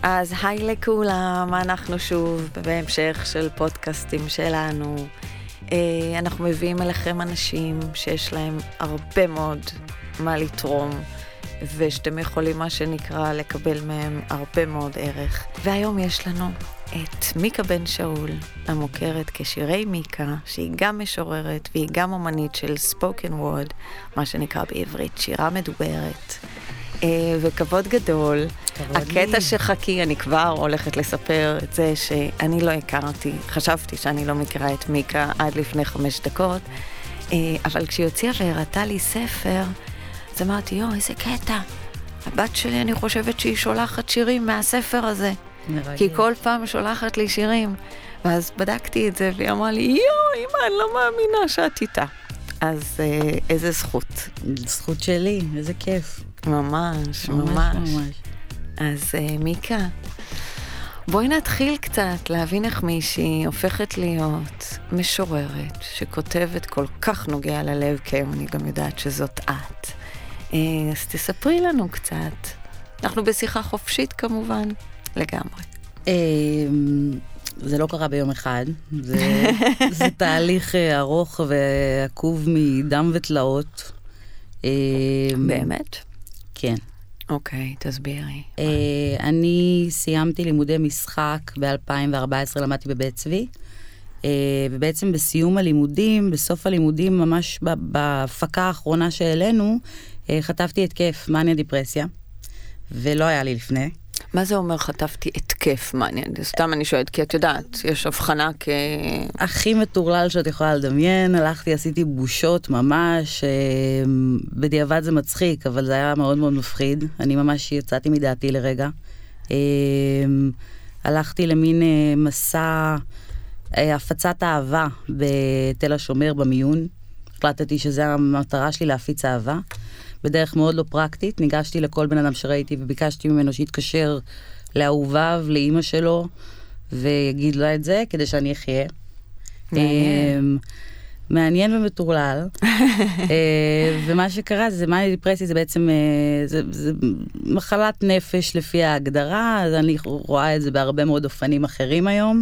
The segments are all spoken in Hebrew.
אז היי לכולם, אנחנו שוב בהמשך של פודקאסטים שלנו. אנחנו מביאים אליכם אנשים שיש להם הרבה מאוד מה לתרום, ושאתם יכולים מה שנקרא לקבל מהם הרבה מאוד ערך. והיום יש לנו את מיקה בן שאול, המוכרת כשירי מיקה, שהיא גם משוררת והיא גם אומנית של spoken word, מה שנקרא בעברית שירה מדוברת. וכבוד גדול. הקטע שחכי, אני כבר הולכת לספר את זה שאני לא הכרתי, חשבתי שאני לא מכירה את מיקה עד לפני 5 דקות, אבל כשהיא הוציאה והראתה לי ספר, אז אמרתי, איזה קטע. הבת שלי, אני חושבת שהיא שולחת שירים מהספר הזה. כי היא כל פעם שולחת לי שירים. ואז בדקתי את זה, והיא אמרה לי, אמא, אני לא מאמינה שאת איתה. אז איזה זכות. זכות שלי, איזה כיף. ממש. אז מיקה, בואי נתחיל קצת להבין איך מישהי הופכת להיות משוררת, שכותבת כל כך נוגע ללב, כי היום אני גם יודעת שזאת את. אז תספרי לנו קצת. אנחנו בשיחה חופשית כמובן, לגמרי. זה לא קרה ביום אחד, זה תהליך ארוך ועקוב מדם ותלאות. באמת? כן. אוקיי, תסבירי. אני סיימתי לימודי משחק ב-2014, למדתי בבית צבי, ובעצם בסיום הלימודים, בסוף הלימודים, ממש בהפקה האחרונה שאלינו, חטפתי התקף מניה דיפרסיה, ולא היה לי לפני. מה זה אומר חטפתי התקף מעניין? סתם אני שואלת, כי את יודעת, יש הבחנה הכי מטורלל שאת יכולה לדמיין, הלכתי, עשיתי בושות ממש, בדיעבד זה מצחיק, אבל זה היה מאוד מאוד מפחיד. אני ממש יצאתי מדעתי לרגע. הלכתי למין מסע, הפצת אהבה בתל השומר במיון. החלטתי שזו המטרה שלי להפיץ אהבה. בדרך מאוד לא פרקטית, ניגשתי לכל בן אדם שראיתי וביקשתי ממנו שיתקשר לאהוביו, לאמא שלו, ויגיד לו את זה כדי שאני אחיה. מעניין ומטורלל. ומה שקרה זה, מניה דיפרסיה זה בעצם, זה מחלת נפש לפי ההגדרה, אז אני רואה את זה בהרבה מאוד אופנים אחרים היום.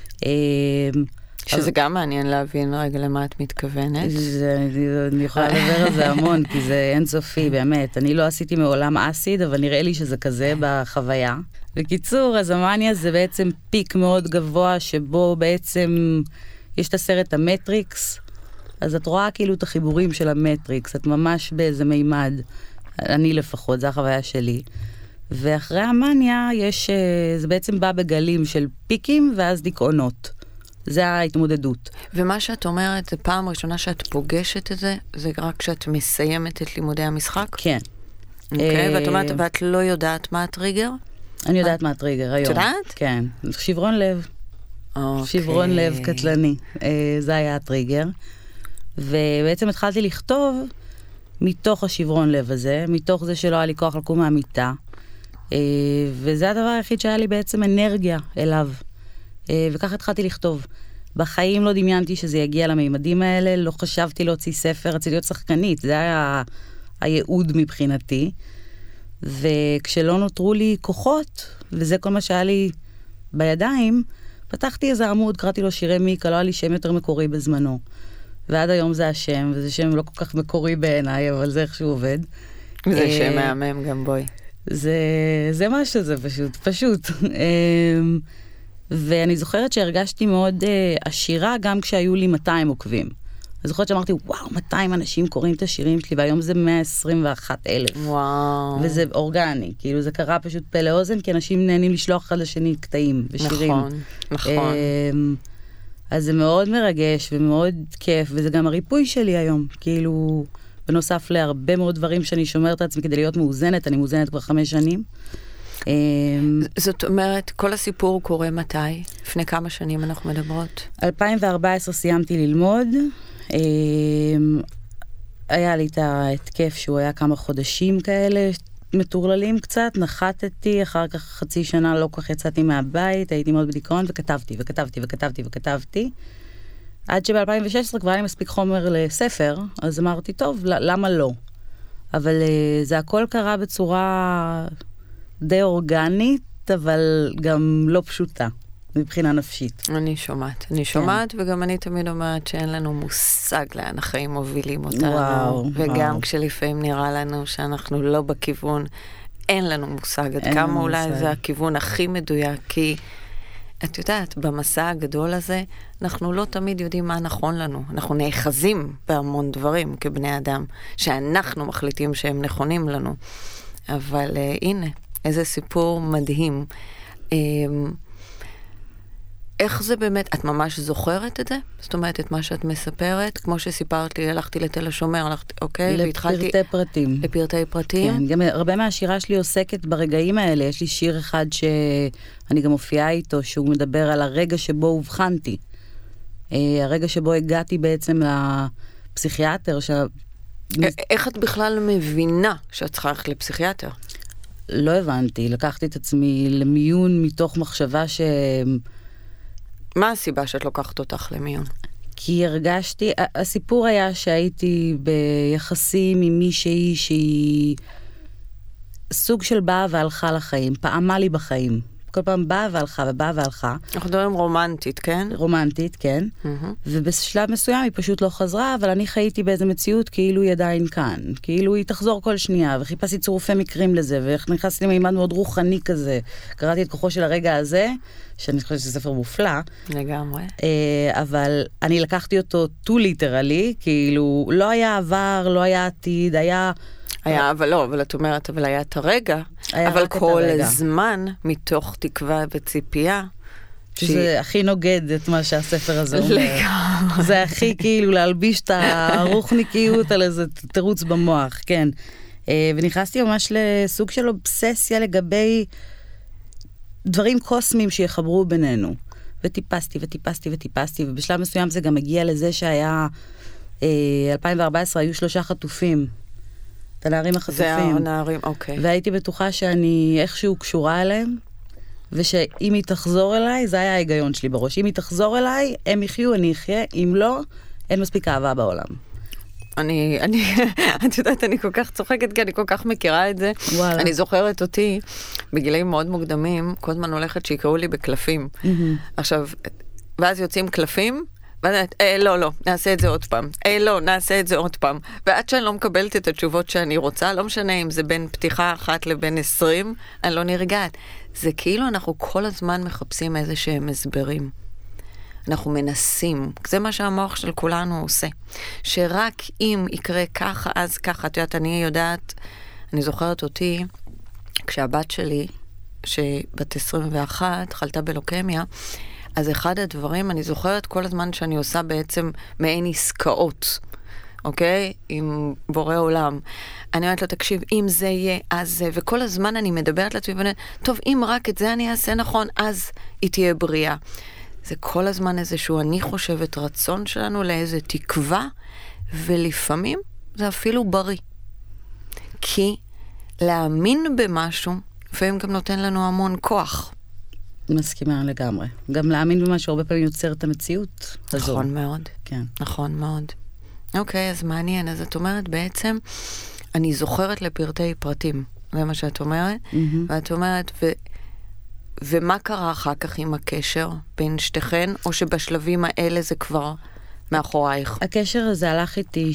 שזה גם מעניין להבין רגע למה את מתכוונת. אני יכולה לדבר על זה המון, כי זה אינסופי, באמת. אני לא עשיתי מעולם אסיד, אבל נראה לי שזה כזה בחוויה. בקיצור, אז המניה זה בעצם פיק מאוד גבוה, שבו בעצם יש את הסרט המטריקס, אז את רואה כאילו את החיבורים של המטריקס, את ממש באיזה מימד, אני לפחות, זו החוויה שלי. ואחרי המניה זה בעצם בא בגלים של פיקים ואז דיכאונות. זה ההתמודדות. ומה שאת אומרת, זה פעם ראשונה שאת פוגשת את זה, זה רק כשאת מסיימת את לימודי המשחק? כן. אוקיי, ואת אומרת, ואת לא יודעת מה הטריגר? אני יודעת מה הטריגר היום. את יודעת? כן. שברון לב. שברון לב קטלני. זה היה הטריגר. ובעצם התחלתי לכתוב מתוך השברון לב הזה, מתוך זה שלא היה לי כוח לקום מהמיטה. וזה הדבר היחיד שהיה לי בעצם אנרגיה אליו. וכך התחלתי לכתוב. בחיים לא דמיינתי שזה יגיע לממדים האלה, לא חשבתי להוציא ספר, רציתי להיות שחקנית, זה היה הייעוד מבחינתי. וכשלא נותרו לי כוחות, וזה כל מה שהיה לי בידיים, פתחתי איזה עמוד, קראתי לו שירי מיקה, לא היה לי שם יותר מקורי בזמנו. ועד היום זה השם, וזה שם לא כל כך מקורי בעיניי, אבל זה איך שהוא עובד. זה שם מהמם גם בוי. זה מה שזה פשוט. ואני זוכרת שהרגשתי מאוד עשירה גם כשהיו לי 200 עוקבים. אני זוכרת שאמרתי, וואו, 200 אנשים קוראים את השירים שלי, והיום זה 121,000. וואו. וזה אורגני, כאילו זה קרה פשוט פה לאוזן, כי אנשים נהנים לשלוח אחד לשני קטעים ושירים. נכון. אז זה מאוד מרגש ומאוד כיף, וזה גם הריפוי שלי היום, כאילו, בנוסף להרבה מאוד דברים שאני שומרת לעצמי כדי להיות מאוזנת, אני מאוזנת כבר 5 שנים. זאת אומרת, כל הסיפור קורה מתי? לפני כמה שנים אנחנו מדברות? 2014 סיימתי ללמוד, היה לי את ההתקף שהוא היה כמה חודשים כאלה, מטורללים קצת, נחתתי, אחר כך חצי שנה לא כל כך יצאתי מהבית, הייתי מאוד בדיכאון, וכתבתי, עד שב-2016 כבר היה לי מספיק חומר לספר, אז אמרתי, טוב, למה לא? אבל זה הכל קרה בצורה די אורגנית, פשוטת, אבל גם לא פשוטה, מבחינה נפשית. אני שומעת, וגם אני תמיד אומרת שאין לנו מושג לאן החיים מובילים אותנו, וגם כשלפעמים נראה לנו שאנחנו לא בכיוון, אין לנו מושג עד כמה אולי זה הכיוון הכי מדויק, כי את יודעת, במסע הגדול הזה, אנחנו לא תמיד יודעים מה נכון לנו. אנחנו נאחזים בהמון דברים כבני אדם, שאנחנו מחליטים שהם נכונים לנו. אבל הנה, איזה סיפור מדהים. איך זה באמת, את ממש זוכרת את זה? זאת אומרת, את מה שאת מספרת, כמו שסיפרת לי, הלכתי לתל השומר, אוקיי, והתחלתי... לפרטי פרטים. לפרטי פרטים? כן, גם הרבה מהשירה שלי עוסקת ברגעים האלה. יש לי שיר אחד שאני גם מופיעה איתו, שהוא מדבר על הרגע שבו הובחנתי. הרגע שבו הגעתי בעצם לפסיכיאטר. איך את בכלל מבינה שאת צריכה ללכת לפסיכיאטר? לא הבנתי. לקחתי את עצמי למיון מתוך מחשבה ש... מה הסיבה שאת לוקחת אותך למיון? כי הרגשתי, הסיפור היה שהייתי ביחסים עם מישהי שהיא סוג של באה והלכה לחיים, פעמה לי בחיים. כל פעם באה והלכה ובאה והלכה. אנחנו מדברים רומנטית, כן? רומנטית, כן. ובשלב מסוים היא פשוט לא חזרה, אבל אני חייתי באיזו מציאות כאילו היא עדיין כאן. כאילו היא תחזור כל שנייה, וחיפשתי צירופי מקרים לזה, ונכנסתי למימד מאוד רוחני כזה. קראתי את כוחו של הרגע הזה, שאני חושבת שזה ספר מופלא. לגמרי. אבל אני לקחתי אותו too literally, כאילו לא היה עבר, לא היה עתיד, היה... אבל לא, אבל את אומרת, אבל היה את הרגע, אבל כל הזמן, מתוך תקווה וציפייה. שזה הכי נוגד את מה שהספר הזה אומר. זה הכי כאילו להלביש את הרוחניקיות על איזה תירוץ במוח, כן. ונכנסתי ממש לסוג של אובססיה לגבי דברים קוסמיים שיחברו בינינו. וטיפסתי, ובשלב מסוים זה גם הגיע לזה שהיה, 2014 היו 3 חטופים. את הנערים החטופים. זה הנערים, אוקיי. והייתי בטוחה שאני איכשהו קשורה אליהם, ושאם היא תחזור אליי, זה היה ההיגיון שלי בראש. אם היא תחזור אליי, הם יחיו, אני אחיה, אם לא, אין מספיק אהבה בעולם. את יודעת, אני כל כך צוחקת, כי אני כל כך מכירה את זה. וואלה. אני זוכרת אותי, בגילאים מאוד מוקדמים, כל הזמן הולכת שיקראו לי בקלפים. עכשיו, ואז יוצאים קלפים, לא, נעשה את זה עוד פעם. לא, נעשה את זה עוד פעם. ועד שאני לא מקבלת את התשובות שאני רוצה, לא משנה אם זה בין פתיחה 1 לבין 20, אני לא נרגעת. זה כאילו אנחנו כל הזמן מחפשים איזה שהם הסברים. אנחנו מנסים. זה מה שהמוח של כולנו עושה. שרק אם יקרה ככה, אז ככה. את יודעת, אני יודעת, אני זוכרת אותי, כשהבת שלי, שבת 21, חלתה בלוקמיה, אז אחד הדברים, אני זוכרת כל הזמן שאני עושה בעצם מעין עסקאות, אוקיי? עם בורא עולם. אני אומרת לו, תקשיב, אם זה יהיה, אז זה, וכל הזמן אני מדברת לעצמי, ואני אומרת, טוב, אם רק את זה אני אעשה נכון, אז היא תהיה בריאה. זה כל הזמן איזשהו, אני חושבת, רצון שלנו לאיזה תקווה, ולפעמים זה אפילו בריא. כי להאמין במשהו, לפעמים גם נותן לנו המון כוח. מסכימה לגמרי. גם להאמין במה שהרבה פעמים יוצר את המציאות הזו. נכון מאוד. כן. נכון מאוד. אוקיי, אז מעניין. אז את אומרת בעצם, אני זוכרת לפרטי פרטים. זה מה שאת אומרת. ואת אומרת, ומה קרה אחר כך עם הקשר בין שתיכן, או שבשלבים האלה זה כבר מאחורייך? הקשר הזה הלך איתי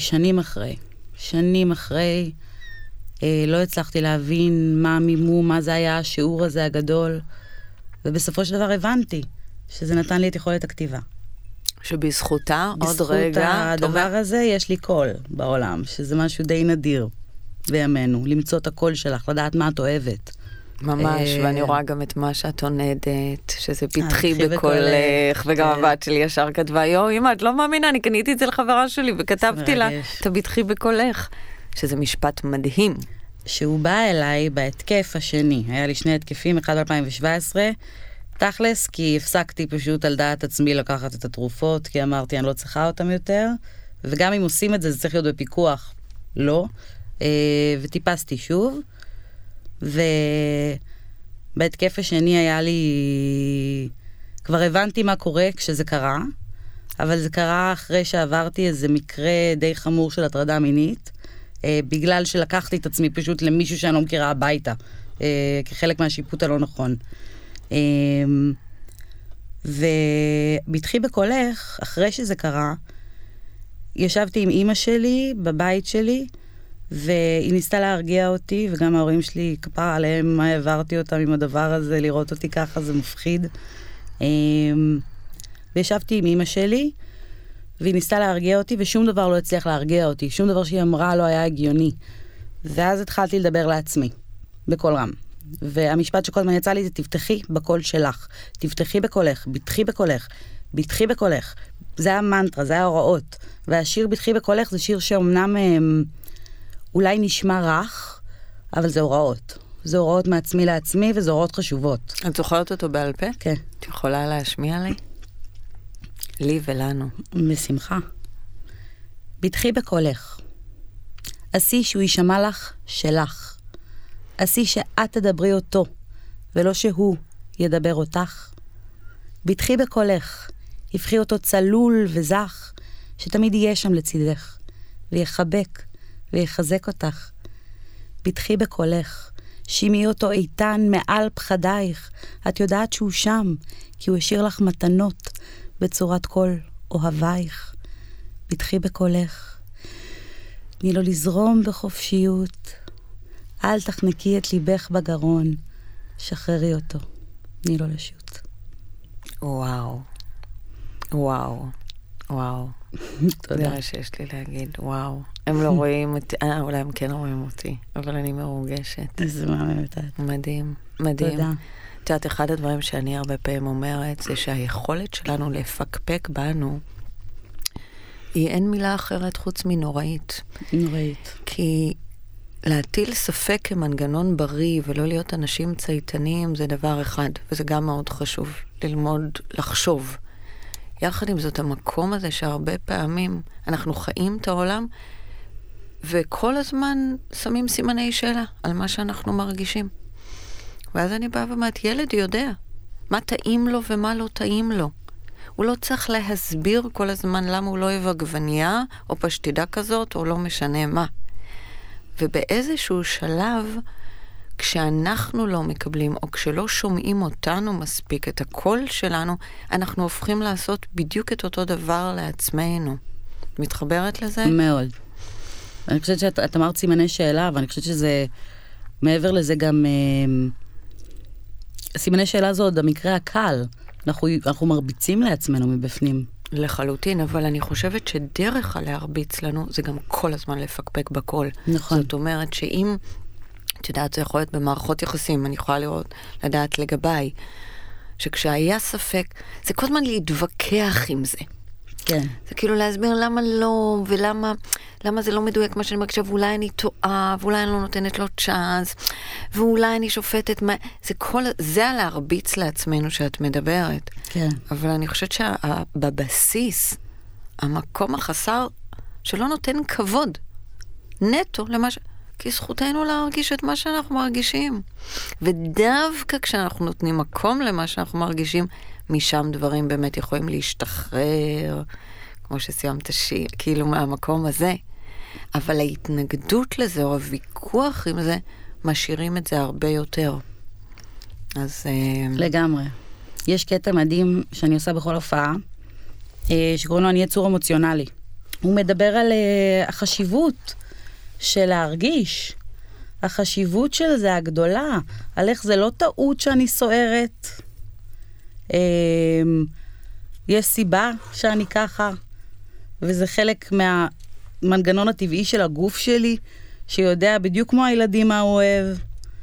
שנים אחרי. לא הצלחתי להבין מה מימו, מה זה היה השיעור הזה הגדול. ובסופו של דבר הבנתי שזה נתן לי את יכולת הכתיבה. שבזכותה, עוד רגע... בזכות הדבר הזה יש לי קול בעולם, שזה משהו די נדיר בימינו, למצוא את הקול שלך, לדעת מה את אוהבת. ממש, ואני רואה גם את מה שאת עונדת, שזה פתחי בקולך, וגם הבת שלי ישר כתבה, אמא, את לא מאמינה, אני קניתי את זה לחברה שלי, וכתבתי לה, את הפתחי בקולך, שזה משפט מדהים. שהוא בא אליי בהתקף השני. היה לי 2 התקפים, אחד ב-2017, תכלס, כי הפסקתי פשוט על דעת עצמי לקחת את התרופות, כי אמרתי, אני לא צריכה אותם יותר, וגם אם עושים את זה, זה צריך להיות בפיקוח. לא. וטיפסתי שוב, ובהתקף השני היה לי... כבר הבנתי מה קורה כשזה קרה, אבל זה קרה אחרי שעברתי איזה מקרה די חמור של הטרדה מינית, בגלל שלקחתי את עצמי פשוט למישהו שאני לא מכירה הביתה, כחלק מהשיפוט הלא נכון. ובתחי בקולך, אחרי שזה קרה, ישבתי עם אמא שלי בבית שלי, והיא ניסתה להרגיע אותי, וגם ההורים שלי כפרה עליהם, מה העברתי אותם עם הדבר הזה, לראות אותי ככה, זה מפחיד. וישבתי עם אמא שלי, והיא ניסתה להרגיע אותי, ושום דבר לא הצליח להרגיע אותי, שום דבר שהיא אמרה לא היה הגיוני. ואז התחלתי לדבר לעצמי, בקול רם. והמשפט שכל הזמן יצא לי זה, תפתחי בקול שלך, תפתחי בקולך, בטחי בקולך, בטחי בקולך. זה המנטרה, זה ההוראות. והשיר בטחי בקולך זה שיר שאומנם אולי נשמע רך, אבל זה הוראות. זה הוראות מעצמי לעצמי, וזה הוראות חשובות. את זוכרת אותו בעל פה? כן. את יכולה להשמיע לי? לי ולנו. בשמחה. בטחי בקולך. עשי שהוא יישמע לך שלך. עשי שאת תדברי אותו, ולא שהוא ידבר אותך. בטחי בקולך. הבחי אותו צלול וזך, שתמיד יהיה שם לצידך, ויחבק ויחזק אותך. בטחי בקולך. שימי אותו איתן מעל פחדייך. את יודעת שהוא שם, כי הוא השאיר לך מתנות בצורת כל אוהבייך. בטחי בקולך. תני לו לזרום בחופשיות. אל תחנקי את ליבך בגרון. שחררי אותו. תני לו לשוט. וואו. וואו. וואו. תודה. זה שיש לי להגיד, וואו. הם לא רואים אותי, אולי הם כן רואים אותי, אבל אני מרוגשת. איזה מהממת את. מדהים, מדהים. תודה. את יודעת, אחד הדברים שאני הרבה פעמים אומרת, זה שהיכולת שלנו לפקפק בנו, היא אין מילה אחרת חוץ מנוראית. נוראית. כי להטיל ספק כמנגנון בריא ולא להיות אנשים צייתנים זה דבר אחד, וזה גם מאוד חשוב, ללמוד לחשוב. יחד עם זאת, המקום הזה שהרבה פעמים אנחנו חיים את העולם, וכל הזמן שמים סימני שאלה על מה שאנחנו מרגישים. ואז אני באה ואומרת, ילד יודע מה טעים לו ומה לא טעים לו. הוא לא צריך להסביר כל הזמן למה הוא לא אוהב עגבנייה, או פשטידה כזאת, או לא משנה מה. ובאיזשהו שלב, כשאנחנו לא מקבלים, או כשלא שומעים אותנו מספיק, את הקול שלנו, אנחנו הופכים לעשות בדיוק את אותו דבר לעצמנו. מתחברת לזה? מאוד. אני חושבת שאת אמרת סימני שאלה, ואני חושבת שזה, מעבר לזה גם, סימני שאלה זו עוד המקרה הקל. אנחנו מרביצים לעצמנו מבפנים. לחלוטין, אבל אני חושבת שדרך להרביץ לנו, זה גם כל הזמן לפקפק בקול. נכון. זאת אומרת שאם, את יודעת, זה יכול להיות במערכות יחסים, אני יכולה לדעת לגביי, שכשהיה ספק, זה כל הזמן להתווכח עם זה. כן. זה כאילו להסביר למה לא, ולמה זה לא מדויק מה שאני מרגישה, ואולי אני טועה, ואולי אני לא נותנת לו צ'אנס, ואולי אני שופטת מה, זה על להרביץ לעצמנו שאת מדברת. כן. אבל אני חושבת שבבסיס, המקום החסר שלא נותן כבוד, נטו למה כי זכותנו להרגיש את מה שאנחנו מרגישים. ודווקא כשאנחנו נותנים מקום למה שאנחנו מרגישים, משם דברים באמת יכולים להשתחרר, כמו שסיימת שיר, כאילו מהמקום הזה. אבל ההתנגדות לזה, או הוויכוח עם זה, משאירים את זה הרבה יותר. אז לגמרי. יש קטע מדהים שאני עושה בכל הופעה, שקוראים לו אני יצור אמוציונלי. הוא מדבר על החשיבות של להרגיש, החשיבות של זה הגדולה, על איך זה לא טעות שאני סוערת, יש סיבה שאני ככה, וזה חלק מהמנגנון הטבעי של הגוף שלי, שיודע בדיוק כמו הילדים מה הוא אוהב.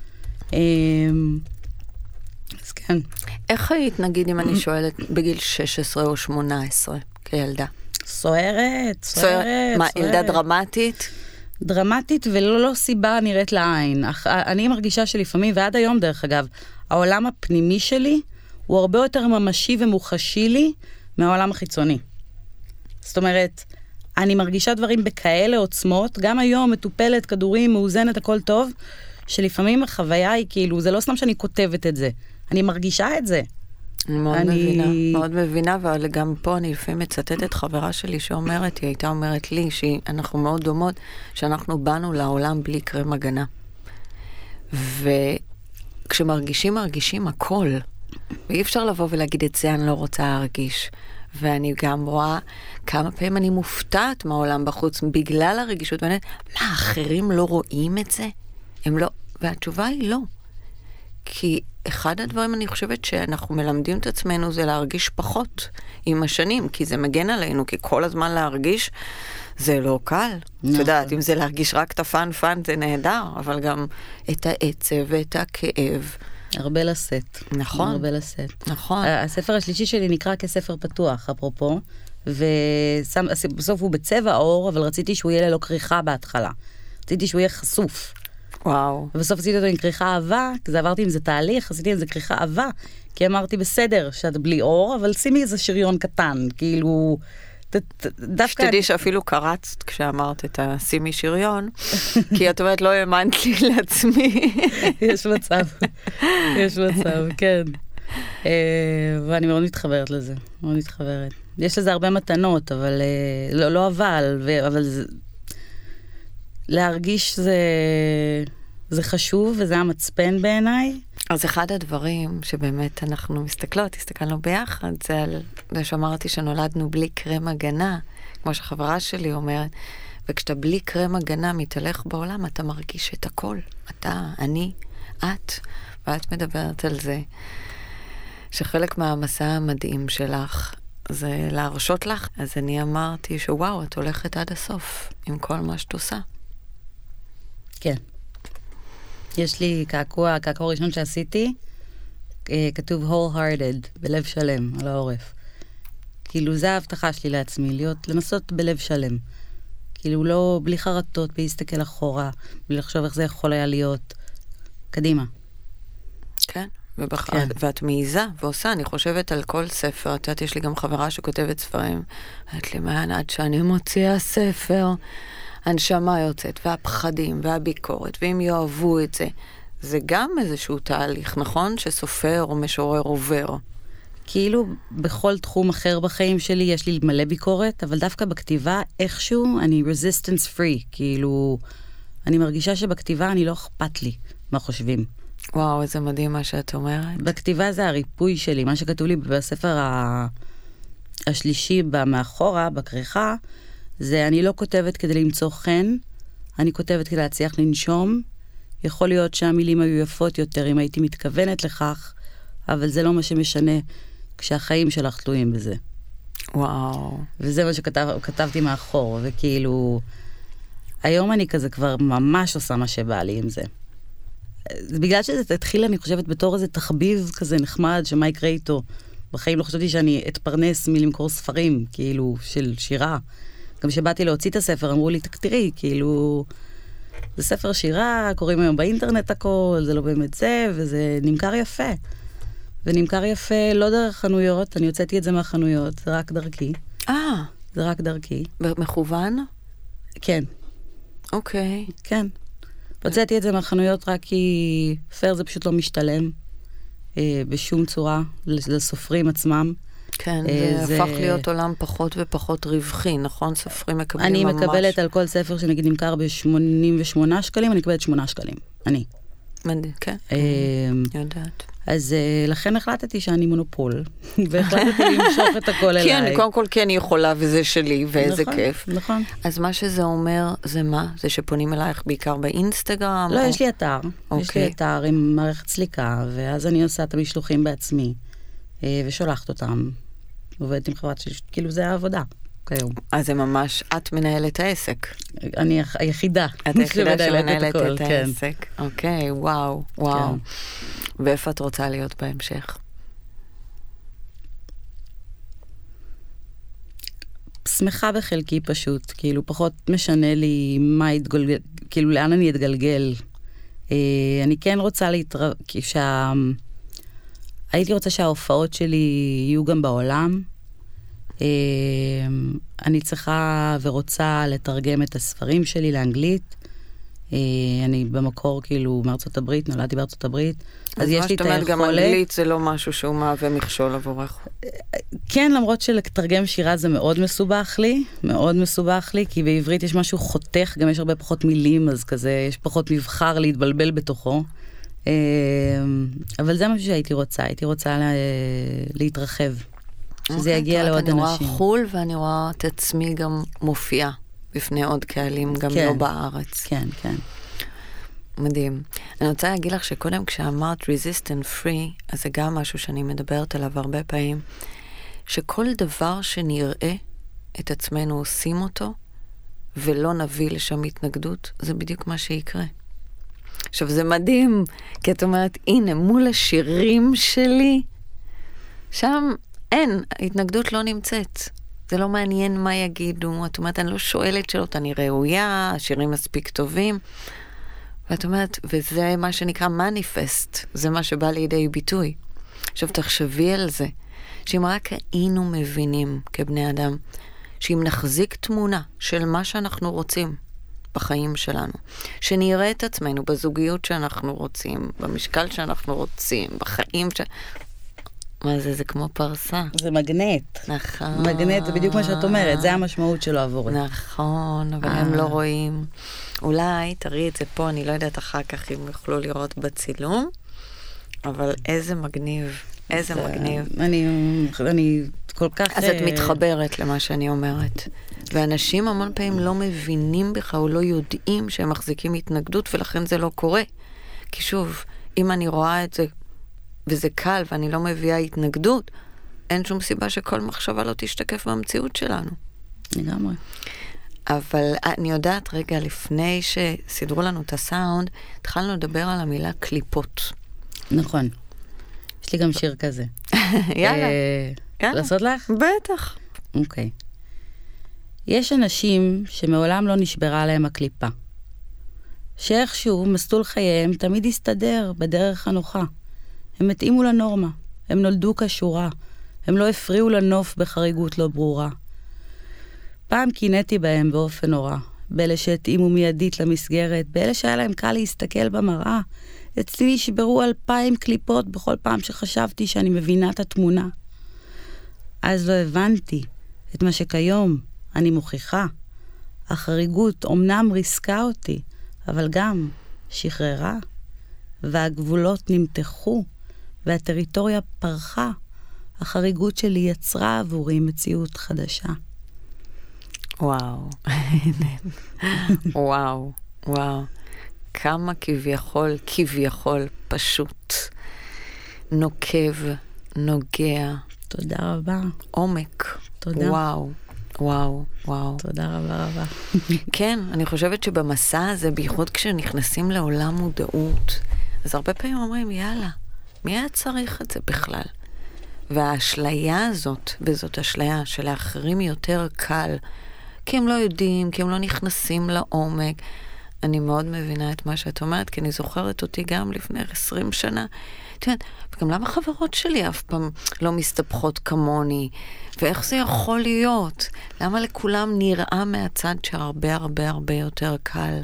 אז כן. איך היית, נגיד, אם אני שואלת בגיל 16 או 18 כילדה? סוערת. מה, ילדה דרמטית? דרמטית ולא סיבה נראית לעין. אני מרגישה שלפעמים, ועד היום דרך אגב, העולם הפנימי שלי הוא הרבה יותר ממשי ומוחשי לי מהעולם החיצוני. זאת אומרת, אני מרגישה דברים בכאלה עוצמות, גם היום מטופלת, כדורים, מאוזנת, הכל טוב, שלפעמים החוויה היא כאילו, זה לא סתם שאני כותבת את זה, אני מרגישה את זה. מאוד מבינה, אבל גם פה אני לפעמים מצטטת חברה שלי שאומרת, היא הייתה אומרת לי, שאנחנו מאוד דומות, שאנחנו באנו לעולם בלי קרם הגנה. כשמרגישים, מרגישים הכל. ואי אפשר לבוא ולהגיד את זה אני לא רוצה להרגיש. ואני גם רואה כמה פעמים אני מופתעת מהעולם בחוץ, בגלל הרגישות. מה, אחרים לא רואים את זה? הם לא, והתשובה היא לא. כי אחד הדברים אני חושבת שאנחנו מלמדים את עצמנו זה להרגיש פחות עם השנים, כי זה מגן עלינו, כי כל הזמן להרגיש זה לא קל. את יודעת, אם זה להרגיש רק את הפן זה נהדר, אבל גם את העצב ואת הכאב. הרבה לשאת. נכון. הרבה לשאת. נכון. הספר השלישי שלי נקרא כספר פתוח, אפרופו, ובסוף הוא בצבע אור, אבל רציתי שהוא יהיה ללא כריכה בהתחלה. רציתי שהוא יהיה חשוף. וואו. ובסוף עשיתי אותו עם כריכה אהבה, כי עברתי עם זה תהליך, עשיתי עם זה כריכה אהבה, כי אמרתי בסדר שאת בלי אור, אבל שימי איזה שריון קטן, כאילו... דווקא... שתדעי שאפילו קרצת כשאמרת את השימי שריון, כי את אומרת לא האמנת לי לעצמי. יש מצב, כן. ואני מאוד מתחברת לזה, מאוד מתחברת. יש לזה הרבה מתנות, אבל לא אבל להרגיש זה חשוב, וזה המצפן בעיניי. אז אחד הדברים שבאמת אנחנו הסתכלנו ביחד, זה על זה שאמרתי שנולדנו בלי קרם הגנה, כמו שחברה שלי אומרת, וכשאתה בלי קרם הגנה מתהלך בעולם, אתה מרגיש את הכל. אתה, אני, את, ואת מדברת על זה, שחלק מהמסע המדהים שלך, זה להרשות לך. אז אני אמרתי שוואו, את הולכת עד הסוף עם כל מה שאת עושה. כן. יש לי הקעקוע הראשון שעשיתי, כתוב wholehearted, בלב שלם, על העורף. כאילו, זה ההבטחה שלי לעצמי, לנסות בלב שלם. כאילו, לא, בלי חרטות, בלי להסתכל אחורה, בלי לחשוב איך זה יכול היה להיות. קדימה. כן. ואת מעיזה ועושה, אני חושבת על כל ספר, את יודעת, יש לי גם חברה שכותבת ספרים, אמרת לי, מען, עד שאני מוציאה ספר, הנשמה יוצאת, והפחדים, והביקורת, ואם יאהבו את זה, זה גם איזשהו תהליך, נכון? שסופר או משורר עובר. כאילו, בכל תחום אחר בחיים שלי יש לי מלא ביקורת, אבל דווקא בכתיבה, איכשהו, אני resistance free, כאילו, אני מרגישה שבכתיבה אני לא אכפת לי מה חושבים. וואו, איזה מדהים מה שאת אומרת. בכתיבה זה הריפוי שלי, מה שכתוב לי בספר השלישי מאחורה, בכריכה, זה אני לא כותבת כדי למצוא חן, אני כותבת כדי להצליח לנשום. יכול להיות שהמילים היו יפות יותר אם הייתי מתכוונת לכך, אבל זה לא מה שמשנה כשהחיים שלך תלויים בזה. וואו. וזה מה שכתבתי מאחור, וכאילו, היום אני כזה כבר ממש עושה מה שבא לי עם זה. בגלל שזה התחיל, אני חושבת, בתור איזה תחביב כזה נחמד, שמה יקרה איתו. בחיים לא חשבתי שאני אתפרנס מלמכור ספרים, כאילו, של שירה. גם שבאתי להוציא את הספר, אמרו לי, תראי, כאילו, זה ספר שירה, קוראים היום באינטרנט הכל, זה לא באמת זה, וזה נמכר יפה. ונמכר יפה לא דרך חנויות, אני הוצאתי את זה מהחנויות, זה רק דרכי. זה רק דרכי. מכוון? כן. אוקיי. כן. הוצאתי את זה מהחנויות רק כי פייר זה פשוט לא משתלם בשום צורה לסופרים עצמם. כן, זה הפך להיות עולם פחות ופחות רווחי, נכון? סופרים מקבלים אני ממש... מקבלת על כל ספר שנגיד נמכר ב-88 שקלים, אני מקבלת 8 שקלים. אני. כן, יודעת. אז לכן החלטתי שאני מונופול, והחלטתי למשוך את הכל אליי. כן, קודם כל כן יכולה, וזה שלי, ואיזה כיף. נכון. אז מה שזה אומר, זה מה? זה שפונים אלייך בעיקר באינסטגרם? לא, יש לי אתר. יש לי אתר עם מערכת סליקה, ואז אני עושה את המשלוחים בעצמי, ושולחת אותם. עובדת עם חברת שלי, כאילו זה העבודה. כיום. אז זה ממש, את מנהלת העסק. אני היחידה. את היחידה שמנהלת את העסק. אוקיי, וואו, וואו. ואיפה את רוצה להיות בהמשך? שמחה בחלקי פשוט, כאילו פחות משנה לי מה יתגלגל, כאילו לאן אני אתגלגל. אני כן רוצה הייתי רוצה שההופעות שלי יהיו גם בעולם. אני צריכה ורוצה לתרגם את הספרים שלי לאנגלית. אני במקור כאילו מארצות הברית, נולדתי בארצות הברית. אז יש לי את היכולת. גם אנגלית זה לא משהו שהוא מהווה מכשול עבורך. כן, למרות שלתרגם שירה זה מאוד מסובך לי, כי בעברית יש משהו חותך, גם יש הרבה פחות מילים, אז כזה יש פחות מבחר להתבלבל בתוכו. אבל זה משהו שהייתי רוצה, הייתי רוצה להתרחב, שזה יגיע לעוד אנשים. אני רואה חול ואני רואה את עצמי גם מופיעה בפני עוד קהלים, גם לא בארץ. כן, כן. מדהים. אני רוצה להגיד לך שקודם כשאמרת resist and free, אז זה גם משהו שאני מדברת עליו הרבה פעמים, שכל דבר שנראה את עצמנו עושים אותו, ולא נביא לשם התנגדות, זה בדיוק מה שיקרה. עכשיו זה מדהים, כי את אומרת, הנה, מול השירים שלי, שם אין, ההתנגדות לא נמצאת. זה לא מעניין מה יגידו. את אומרת, אני לא שואלת שאלות, אני ראויה, השירים מספיק טובים. ואת אומרת, וזה מה שנקרא מניפסט, זה מה שבא לידי ביטוי. עכשיו תחשבי על זה, שאם רק היינו מבינים כבני אדם, שאם נחזיק תמונה של מה שאנחנו רוצים בחיים שלנו, שנראה את עצמנו בזוגיות שאנחנו רוצים, במשקל שאנחנו רוצים, בחיים מה זה? זה כמו פרסה. זה מגנט. נכון. מגנט, זה בדיוק מה שאת אומרת, זה המשמעות שלו עבורי. נכון, אבל הם לא רואים. אולי תראי את זה פה, אני לא יודעת אחר כך אם יוכלו לראות בצילום, אבל איזה מגניב, איזה מגניב. אני כל כך... אז את מתחברת למה שאני אומרת. ואנשים המון פעמים לא מבינים בכלל, או לא יודעים שהם מחזיקים התנגדות, ולכן זה לא קורה. כי שוב, אם אני רואה את זה, וזה קל, ואני לא מביאה התנגדות, אין שום סיבה שכל מחשבה לא תשתקף במציאות שלנו. לגמרי. אבל אני יודעת, רגע, לפני שסידרו לנו את הסאונד, התחלנו לדבר על המילה קליפות. נכון. יש לי גם שיר כזה. יאללה. לעשות לך? בטח. אוקיי. יש אנשים שמעולם לא נשברה להם הקליפה. שאיכשהו מסלול חייהם תמיד יסתדר בדרך הנוחה. הם התאימו לנורמה, הם נולדו כשורה, הם לא הפריעו לנוף בחריגות לא ברורה. פעם קינאתי בהם באופן נורא, באלה שהתאימו מיידית למסגרת, באלה שהיה להם קל להסתכל במראה. אצלי נשברו 2,000 קליפות בכל פעם שחשבתי שאני מבינה את התמונה. אז לא הבנתי את מה שכיום אני מוכיחה. החריגות אומנם ריסקה אותי, אבל גם שחררה, והגבולות נמתחו, והטריטוריה פרחה. החריגות שלי יצרה עבורי מציאות חדשה. וואו. וואו, וואו. כמה כביכול פשוט נוקב, נוגע. תודה רבה. עומק. תודה. וואו, וואו, וואו. תודה רבה רבה. כן, אני חושבת שבמסע הזה, בייחוד כשנכנסים לעולם מודעות, אז הרבה פעמים אומרים, יאללה, מי היה צריך את זה בכלל? והאשליה הזאת, וזאת אשליה שלאחרים יותר קל, כי הם לא יודעים, כי הם לא נכנסים לעומק. אני מאוד מבינה את מה שאת אומרת, כי אני זוכרת אותי גם לפני 20 שנה. וגם למה חברות שלי אף פעם לא מסתבכות כמוני? ואיך זה יכול להיות? למה לכולם נראה מהצד שהרבה הרבה הרבה יותר קל?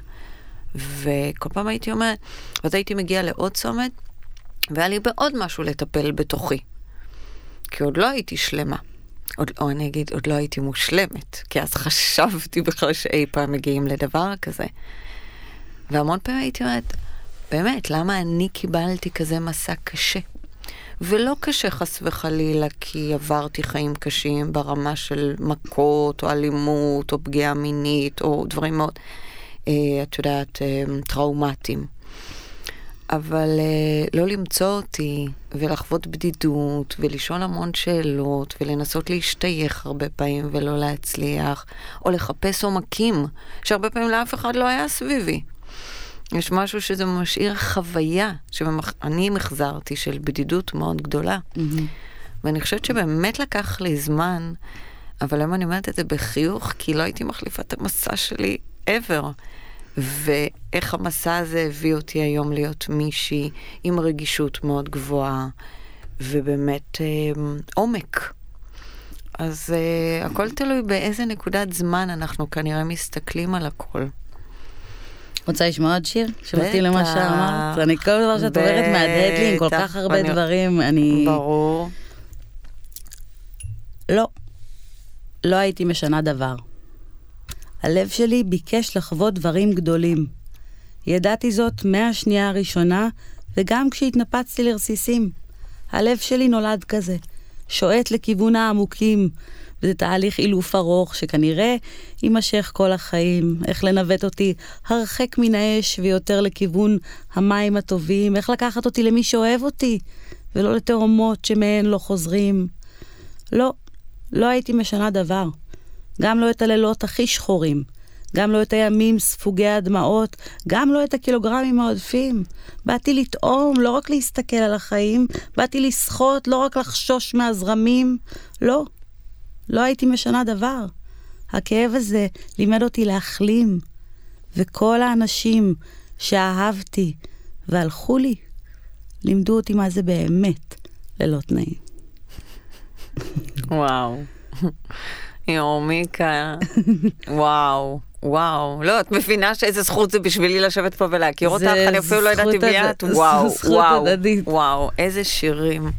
וכל פעם הייתי אומרת, ואז הייתי מגיעה לעוד צומת, והיה לי בעוד משהו לטפל בתוכי. כי עוד לא הייתי שלמה. או אני אגיד, עוד לא הייתי מושלמת, כי אז חשבתי בכלל שאי פעם מגיעים לדבר כזה. והמון פעמים הייתי אומרת, באמת, למה אני קיבלתי כזה מסע קשה? ולא קשה חס וחלילה, כי עברתי חיים קשים ברמה של מכות, או אלימות, או פגיעה מינית, או דברים מאוד, את יודעת, טראומטיים. אבל לא למצוא אותי ולחוות בדידות ולשאול המון שאלות ולנסות להשתייך הרבה פעמים ולא להצליח, או לחפש עומקים שהרבה פעמים לאף אחד לא היה סביבי. יש משהו שזה משאיר חוויה שאני מחזרתי של בדידות מאוד גדולה. ואני חושבת שבאמת לקח לי זמן, אבל למה אני אומרת את זה בחיוך? כי לא הייתי מחליפה את המסע שלי ever. ואיך המסע הזה הביא אותי היום להיות מישהי עם רגישות מאוד גבוהה, ובאמת עומק. אז הכל תלוי באיזה נקודת זמן אנחנו כנראה מסתכלים על הכל. רוצה לשמוע עוד שיר? שמתאים למה שאמרת? אני כל דבר שאת אומרת מהדהד לי עם כל כך הרבה דברים. ברור. לא הייתי משנה דבר. הלב שלי ביקש לחוות דברים גדולים. ידעתי זאת מהשנייה הראשונה, וגם כשהתנפצתי לרסיסים. הלב שלי נולד כזה, שואט לכיוון העמוקים, וזה תהליך אילוף ארוך שכנראה יימשך כל החיים, איך לנווט אותי הרחק מן האש ויותר לכיוון המים הטובים, איך לקחת אותי למי שאוהב אותי, ולא לתאומות שמהן לא חוזרים. לא הייתי משנה דבר. גם לא את הלילות הכי שחורים, גם לא את הימים ספוגי הדמעות, גם לא את הקילוגרמים העודפים. באתי לטעום, לא רק להסתכל על החיים, באתי לשחות, לא רק לחשוש מהזרמים. לא הייתי משנה דבר. הכאב הזה לימד אותי להחלים, וכל האנשים שאהבתי והלכו לי, לימדו אותי מה זה באמת ללא תנאים. וואו. יומיקה. וואו. לא, את מבינה שאיזה זכות זה בשבילי לשבת פה ולהכיר אותך? אני אפילו לא ידעתי ביאת. וואו. איזה שירים.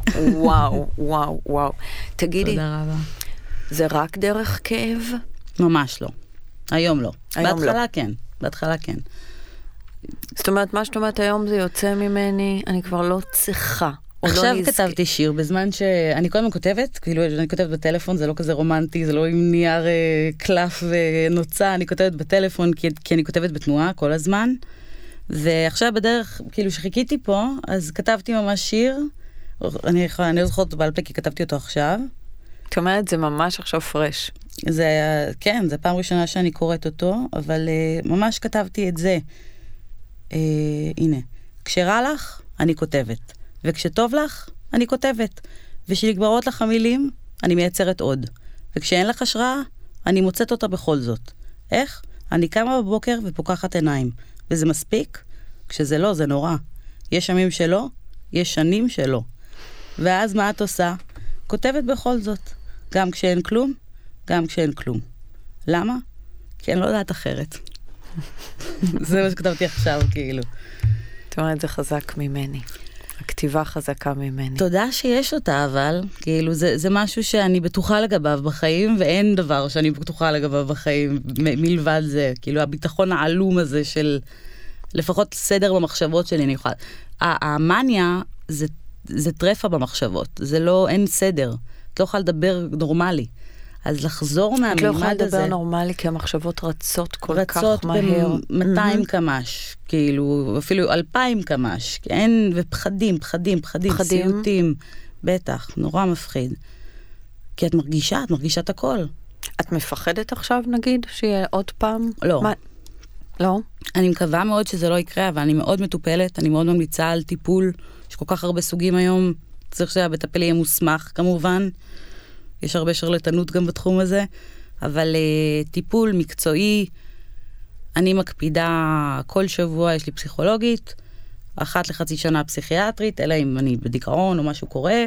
וואו. תגידי. תודה רבה. זה רק דרך כאב? ממש לא. היום לא. בהתחלה כן. זאת אומרת, מה שאת אומרת היום זה יוצא ממני, אני כבר לא צריכה. עכשיו כתבתי שיר, בזמן שאני כל הזמן כותבת, כאילו אני כותבת בטלפון, זה לא כזה רומנטי, זה לא עם נייר קלף ונוצה, אני כותבת בטלפון, כי אני כותבת בתנועה כל הזמן, ועכשיו בדרך, כאילו שחיכיתי פה, אז כתבתי ממש שיר, אני לא זוכרת אותו בעל פה, כי כתבתי אותו עכשיו. זאת אומרת, זה ממש עכשיו פרש. זה היה, כן, זה פעם ראשונה שאני קוראת אותו, אבל ממש כתבתי את זה. הנה, כשרע לך, אני כותבת. וכשטוב לך, אני כותבת. וכשנגמרות לך המילים, אני מייצרת עוד. וכשאין לך השראה, אני מוצאת אותה בכל זאת. איך? אני קמה בבוקר ופוקחת עיניים. וזה מספיק? כשזה לא, זה נורא. יש ימים שלא, יש שנים שלא. ואז מה את עושה? כותבת בכל זאת. גם כשאין כלום, גם כשאין כלום. למה? כי אני לא יודעת אחרת. זה מה שכתבתי עכשיו, כאילו. זאת אומרת, זה חזק ממני. הכתיבה חזקה ממני. תודה שיש אותה, אבל, כאילו, זה משהו שאני בטוחה לגביו בחיים, ואין דבר שאני בטוחה לגביו בחיים, מלבד זה. כאילו, הביטחון העלום הזה של, לפחות סדר במחשבות שלי, אני יכולה. המניה זה טרפה במחשבות. זה לא, אין סדר. את לא יכולה לדבר נורמלי. אז לחזור מהמימד הזה... את לא יכולה לדבר נורמלי, כי המחשבות רצות כל כך מהר. רצות ב-200 קמ"ש, כאילו, אפילו 2,000 קמ"ש. אין, ופחדים, סיוטים. בטח, נורא מפחיד. כי את מרגישה את הכל. את מפחדת עכשיו, נגיד, שיהיה עוד פעם? לא. לא? אני מקווה מאוד שזה לא יקרה, אבל אני מאוד מטופלת, אני מאוד ממליצה על טיפול, יש כל כך הרבה סוגים היום, צריך שהמטפל יהיה מוסמך, כמובן. יש הרבה שרלטנות גם בתחום הזה, אבל טיפול מקצועי, אני מקפידה כל שבוע, יש לי פסיכולוגית, אחת לחצי שנה פסיכיאטרית, אלא אם אני בדיכאון או משהו קורה,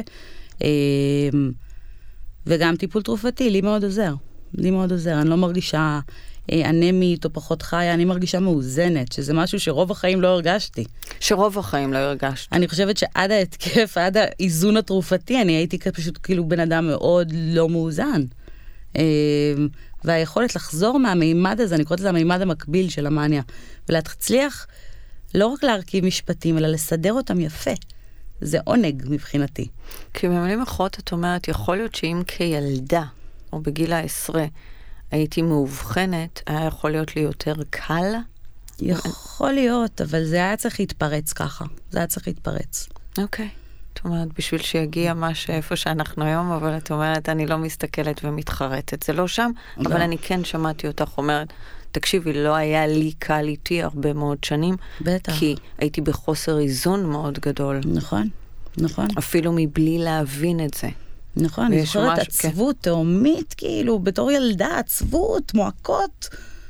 וגם טיפול תרופתי, לי מאוד עוזר. אני לא מרגישה אנמית או פחות חיה, אני מרגישה מאוזנת, שזה משהו שרוב החיים לא הרגשתי. אני חושבת שעד ההתקף, עד האיזון התרופתי, אני הייתי פשוט כאילו בן אדם מאוד לא מאוזן. והיכולת לחזור מהמימד הזה, אני קוראת לזה המימד המקביל של המניה, ולהצליח לא רק להרכיב משפטים, אלא לסדר אותם יפה. זה עונג מבחינתי. כי במילים אחרות את אומרת, יכול להיות שאם כילדה, או בגיל 10, הייתי מאובחנת, היה יכול להיות לי יותר קל? יכול להיות, אבל זה היה צריך להתפרץ ככה. אוקיי. את אומרת, בשביל שיגיע משהו איפה שאנחנו היום, אבל את אומרת, אני לא מסתכלת ומתחרטת. זה לא שם, אבל אני כן שמעתי אותך אומרת, תקשיבי, לא היה לי קל איתי הרבה מאוד שנים, בטח. כי הייתי בחוסר איזון מאוד גדול. נכון. אפילו מבלי להבין את זה. נכון, אני זוכרת עצבות תאומית, כאילו, בתור ילדה, עצבות, מועקות.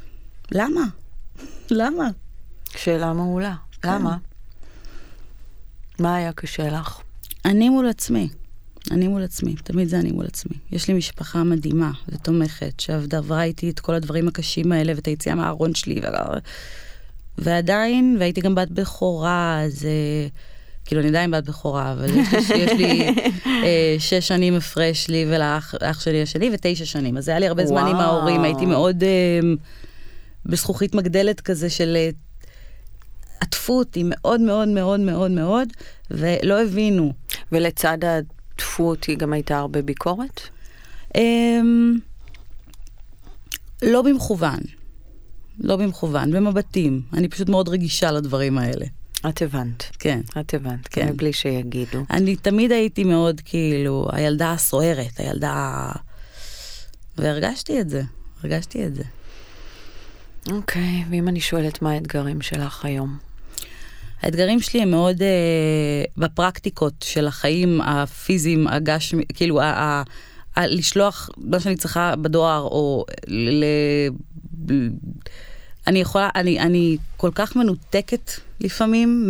למה? שאלה מעולה. למה? מה היה קשה לך? אני מול עצמי. תמיד זה אני מול עצמי. יש לי משפחה מדהימה ותומכת, שעברה איתי את כל הדברים הקשים האלה, ואת היציאה מהארון שלי, ועדיין, והייתי גם בת בכורה, אז... כאילו, אני עדיין בת בכורה, אבל יש לי 6 שנים הפרש לי ולאח שלי השני, ו9 שנים. אז היה לי הרבה זמן עם ההורים, הייתי מאוד בזכוכית מגדלת כזה של... עטפו אותי מאוד מאוד מאוד מאוד מאוד, ולא הבינו. ולצד עטפו אותי גם הייתה הרבה ביקורת? לא במכוון. לא במכוון, במבטים. אני פשוט מאוד רגישה לדברים האלה. את הבנת. כן. את הבנת, כן. מבלי שיגידו. אני תמיד הייתי מאוד כאילו, הילדה הסוערת, הילדה... והרגשתי את זה. הרגשתי את זה. אוקיי, ואם אני שואלת מה האתגרים שלך היום? האתגרים שלי הם מאוד בפרקטיקות של החיים הפיזיים, הגשמי, כאילו, לשלוח מה שאני צריכה בדואר, או אני כל כך מנותקת לפעמים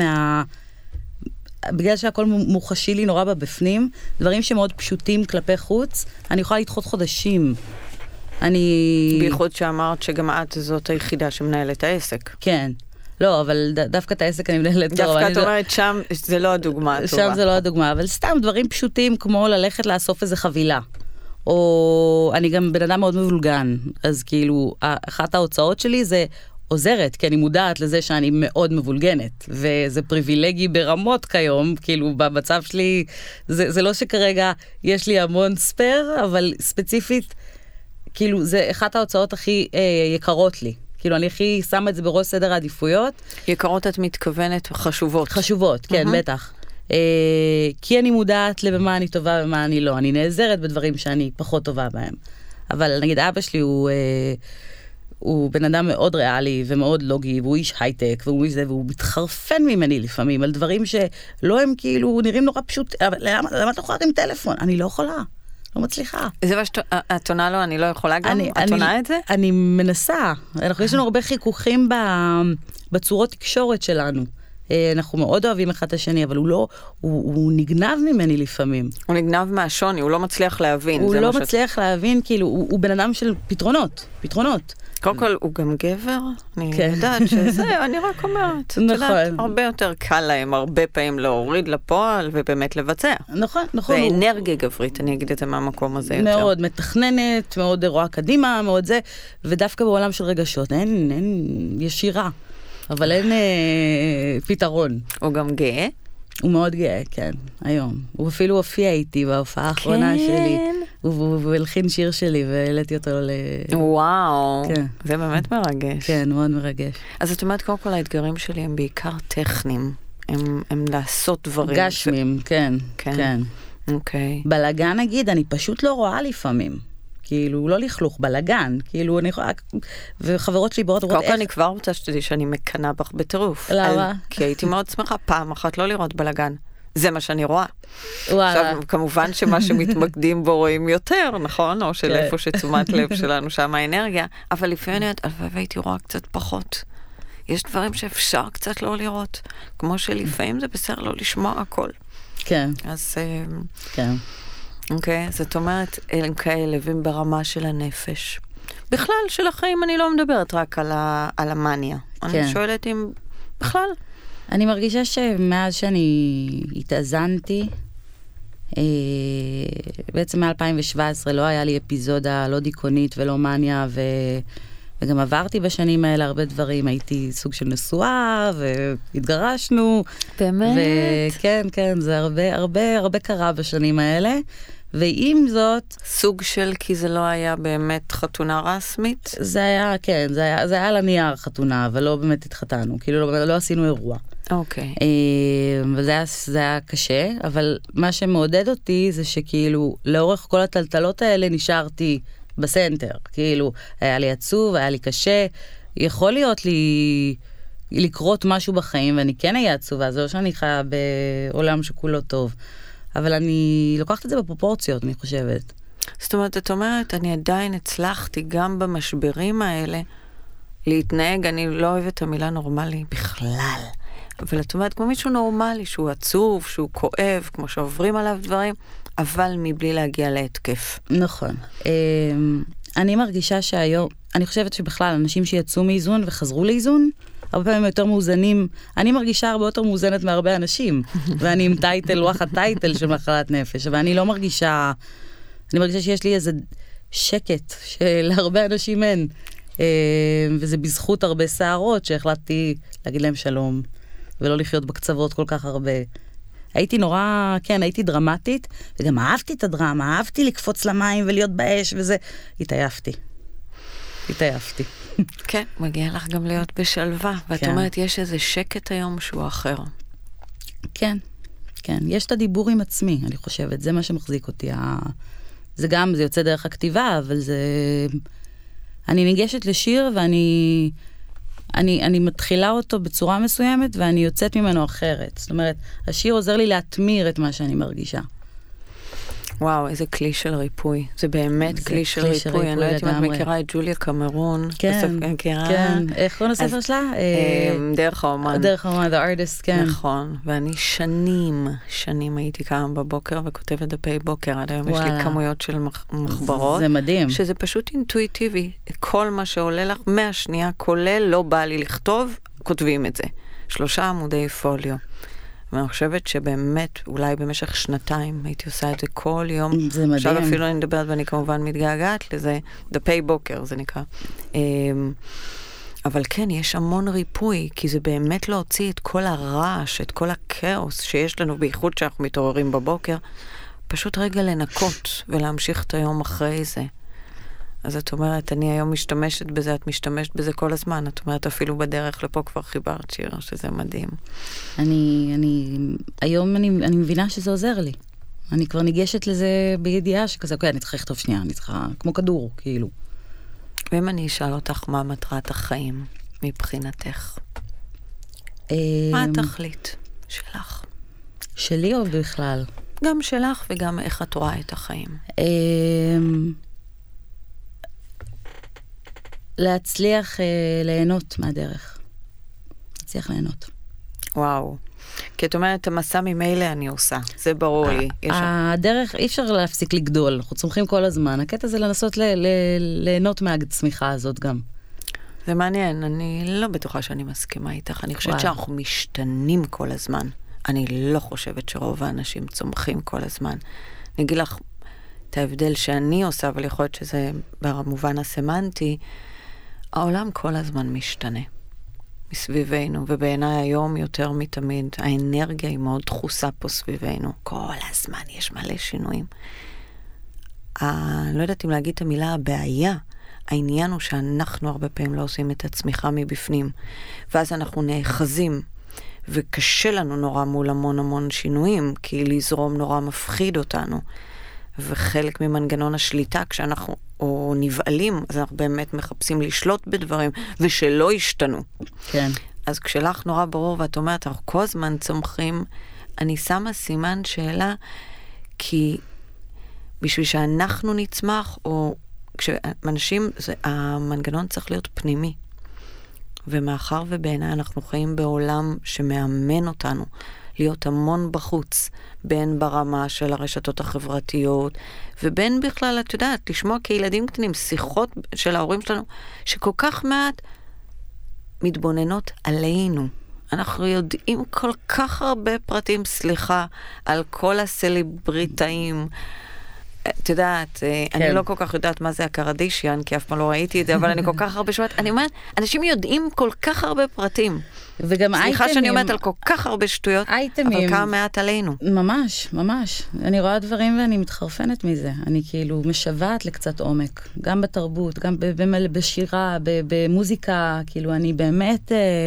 בגלל שהכל מוחשי לי נורא בבפנים, דברים שמאוד פשוטים כלפי חוץ, אני יכולה לדחות חודשים. בייחוד שאמרת שגם את זאת היחידה שמנהלת העסק. כן. לא, אבל דווקא את העסק אני מנהלת. דווקא את אומרת, שם זה לא הדוגמה הטובה. שם זה לא הדוגמה, אבל סתם דברים פשוטים כמו ללכת לאסוף איזה חבילה. או אני גם בן אדם מאוד מבולגן, אז כאילו, אחת ההוצאות שלי זה עוזרת, כי אני מודעת לזה שאני מאוד מבולגנת, וזה פריבילגי ברמות כיום, כאילו במצב שלי, זה לא שכרגע יש לי המון ספר, אבל ספציפית, כאילו זה אחת ההוצאות הכי יקרות לי. כאילו אני הכי שמה את זה בראש סדר העדיפויות. יקרות את מתכוונת חשובות. חשובות, כן, בטח. כי אני מודעת לבמה אני טובה ובמה אני לא. אני נעזרת בדברים שאני פחות טובה בהם. אבל נגיד אבא שלי הוא בן אדם מאוד ריאלי ומאוד לוגי, והוא איש הייטק, והוא מתחרפן ממני לפעמים על דברים שלא הם כאילו נראים נורא פשוט, אבל למה את לא יכולה עם טלפון? אני לא יכולה. לא מצליחה. זה מה שאת עונה לו, אני לא יכולה גם? את עונה את זה? אני מנסה. יש לנו הרבה חיכוכים בצורות תקשורת שלנו. אנחנו מאוד אוהבים אחד את השני, אבל הוא נגנב ממני לפעמים. הוא נגנב מהשוני, הוא לא מצליח להבין. הוא לא מצליח להבין, כאילו, הוא בן אדם של פתרונות. קודם כל, הוא גם גבר, אני יודעת שזה, אני רק אומרת. נכון. הרבה יותר קל להם, הרבה פעמים להוריד לפועל, ובאמת לבצע. נכון. זה אנרגיה גברית, אני אגיד את זה מהמקום הזה יותר. מאוד מתכננת, מאוד רואה קדימה, מאוד זה, ודווקא בעולם של רגשות, אין ישירה, אבל אין פתרון. הוא גם גאה? הוא מאוד גאה, כן, היום. הוא אפילו הופיע איתי בהופעה האחרונה שלי. הוא הלחין שיר שלי והעליתי אותו וואו, זה באמת מרגש. כן, מאוד מרגש. אז את אומרת, קודם כל האתגרים שלי הם בעיקר טכניים. הם לעשות דברים. גשמים, כן. אוקיי. בלגן נגיד, אני פשוט לא רואה לפעמים. כאילו, לא לכלוך, בלגן. כאילו, אני יכולה... וחברות שלי באות... קודם כל אני כבר רוצה שתדעי שאני מקנה בך בטירוף. למה? כי הייתי מאוד שמחה פעם אחת לא לראות בלגן. זה מה שאני רואה. עכשיו, כמובן שמה שמתמקדים בו רואים יותר, נכון? או של איפה שתשומת לב שלנו, שם האנרגיה. אבל לפעמים אני יודעת, הלוואי והייתי רואה קצת פחות. יש דברים שאפשר קצת לא לראות. כמו שלפעמים זה בסדר לא לשמוע הכל. כן. אז... כן. אוקיי, זאת אומרת, הם כאלה, והם ברמה של הנפש. בכלל, של החיים אני לא מדברת רק על המניה. אני שואלת אם בכלל... אני מרגישה שמאז שאני התאזנתי, בעצם מ-2017 לא היה לי אפיזודה לא דיכאונית ולא מניה, וגם עברתי בשנים האלה הרבה דברים, הייתי סוג של נשואה, והתגרשנו. באמת? כן, זה הרבה קרה בשנים האלה. ועם זאת... סוג של כי זה לא היה באמת חתונה רסמית? זה היה, כן, זה היה על הנייר חתונה, אבל לא באמת התחתנו, כאילו לא עשינו אירוע. אוקיי. וזה היה קשה, אבל מה שמעודד אותי זה שכאילו לאורך כל הטלטלות האלה נשארתי בסנטר, כאילו היה לי עצוב, היה לי קשה, יכול להיות לי לקרות משהו בחיים, ואני כן היה עצובה, זה לא שאני חיה בעולם שכולו טוב. אבל אני לוקחת את זה בפרופורציות, אני חושבת. זאת אומרת, את אומרת, אני עדיין הצלחתי גם במשברים האלה להתנהג, אני לא אוהבת את המילה נורמלי בכלל. אבל את אומרת, כמו מישהו נורמלי, שהוא עצוב, שהוא כואב, כמו שעוברים עליו דברים, אבל מבלי להגיע להתקף. נכון. אני מרגישה שהיום, אני חושבת שבכלל, אנשים שיצאו מאיזון וחזרו לאיזון, הרבה פעמים יותר מאוזנים. אני מרגישה הרבה יותר מאוזנת מהרבה אנשים, ואני עם טייטל, וואחד טייטל של מחלת נפש, ואני לא מרגישה, אני מרגישה שיש לי איזה שקט שלהרבה אנשים אין, וזה בזכות הרבה שערות שהחלטתי להגיד להם שלום, ולא לחיות בקצוות כל כך הרבה. הייתי נורא, כן, הייתי דרמטית, וגם אהבתי את הדרמה, אהבתי לקפוץ למים ולהיות באש וזה. התעייפתי. כן, מגיע לך גם להיות בשלווה, ואת אומרת, יש איזה שקט היום שהוא אחר. כן, יש את הדיבור עם עצמי, אני חושבת, זה מה שמחזיק אותי. זה גם, זה יוצא דרך הכתיבה, אבל זה... אני ניגשת לשיר ואני מתחילה אותו בצורה מסוימת, ואני יוצאת ממנו אחרת. זאת אומרת, השיר עוזר לי להתמיר את מה שאני מרגישה. וואו, איזה כלי של ריפוי. זה באמת כלי של ריפוי. אני לא יודעת אם את מכירה את ג'וליה קמרון. כן, כן. איך קוראים לספר שלה? דרך האומן. דרך האומן, The Artist, כן. נכון. ואני שנים הייתי קמה בבוקר וכותבת דפי בוקר. עד היום יש לי כמויות של מחברות. זה מדהים. שזה פשוט אינטואיטיבי. כל מה שעולה לך, 100 שנייה, כולל, לא בא לי לכתוב, כותבים את זה. 3 עמודי פוליו. ואני חושבת שבאמת, אולי במשך 2 הייתי עושה את זה כל יום. זה מדהים. עכשיו אפילו אני מדברת ואני כמובן מתגעגעת לזה, דפי בוקר זה נקרא. אבל כן, יש המון ריפוי, כי זה באמת להוציא את כל הרעש, את כל הכאוס שיש לנו, בייחוד שאנחנו מתעוררים בבוקר, פשוט רגע לנקות ולהמשיך את היום אחרי זה. אז את אומרת, אני היום משתמשת בזה, את משתמשת בזה כל הזמן. את אומרת, אפילו בדרך לפה כבר חיברת שיר, שזה מדהים. היום אני מבינה שזה עוזר לי. אני כבר ניגשת לזה בידיעה שכזה, אוקיי, אני צריכה לכתוב שנייה, אני צריכה, כמו כדור, כאילו. ואם אני אשאל אותך מה מטרת החיים מבחינתך? מה התכלית שלך? שלי או בכלל? גם שלך וגם איך את רואה את החיים. להצליח ליהנות מהדרך. להצליח ליהנות. וואו. כי את אומרת, המסע ממילא אני עושה. זה ברור לי. הדרך, אי אפשר להפסיק לגדול. אנחנו צומחים כל הזמן. הקטע זה לנסות ליהנות מהצמיחה הזאת גם. זה מעניין. אני לא בטוחה שאני מסכימה איתך. אני חושבת שאנחנו משתנים כל הזמן. אני לא חושבת שרוב האנשים צומחים כל הזמן. אני אגיד לך את ההבדל שאני עושה, אבל יכול להיות שזה במובן הסמנטי, העולם כל הזמן משתנה מסביבנו, ובעיניי היום יותר מתמיד, האנרגיה היא מאוד דחוסה פה סביבנו. כל הזמן יש מלא שינויים. לא יודעת אם להגיד את המילה הבעיה, העניין הוא שאנחנו הרבה פעמים לא עושים את הצמיחה מבפנים, ואז אנחנו נאחזים, וקשה לנו נורא מול המון שינויים, כי לזרום נורא מפחיד אותנו. וחלק ממנגנון השליטה, כשאנחנו או נבעלים, אז אנחנו באמת מחפשים לשלוט בדברים, ושלא ישתנו. כן. אז כשלך נורא ברור, ואת אומרת, אנחנו כל הזמן צומחים, אני שמה סימן שאלה, כי בשביל שאנחנו נצמח, או כשאנשים, המנגנון צריך להיות פנימי. ומאחר ובעיניי אנחנו חיים בעולם שמאמן אותנו, להיות המון בחוץ, בין ברמה של הרשתות החברתיות, ובין בכלל, את יודעת, לשמוע כילדים קטנים, שיחות של ההורים שלנו, שכל כך מעט מתבוננות עלינו. אנחנו יודעים כל כך הרבה פרטים, סליחה, על כל הסלבריטאים. את יודעת, אני לא כל כך יודעת מה זה הקרדישיאן, כי אף פעם לא ראיתי את זה, אבל אני כל כך הרבה שואלת, אני אומרת, אנשים יודעים כל כך הרבה פרטים. וגם אייטמים. סליחה שאני אומרת על כל כך הרבה שטויות, אבל כמה מעט עלינו. ממש. אני רואה דברים ואני מתחרפנת מזה. אני כאילו משוועת לקצת עומק. גם בתרבות, גם בשירה, במוזיקה. כאילו אני באמת,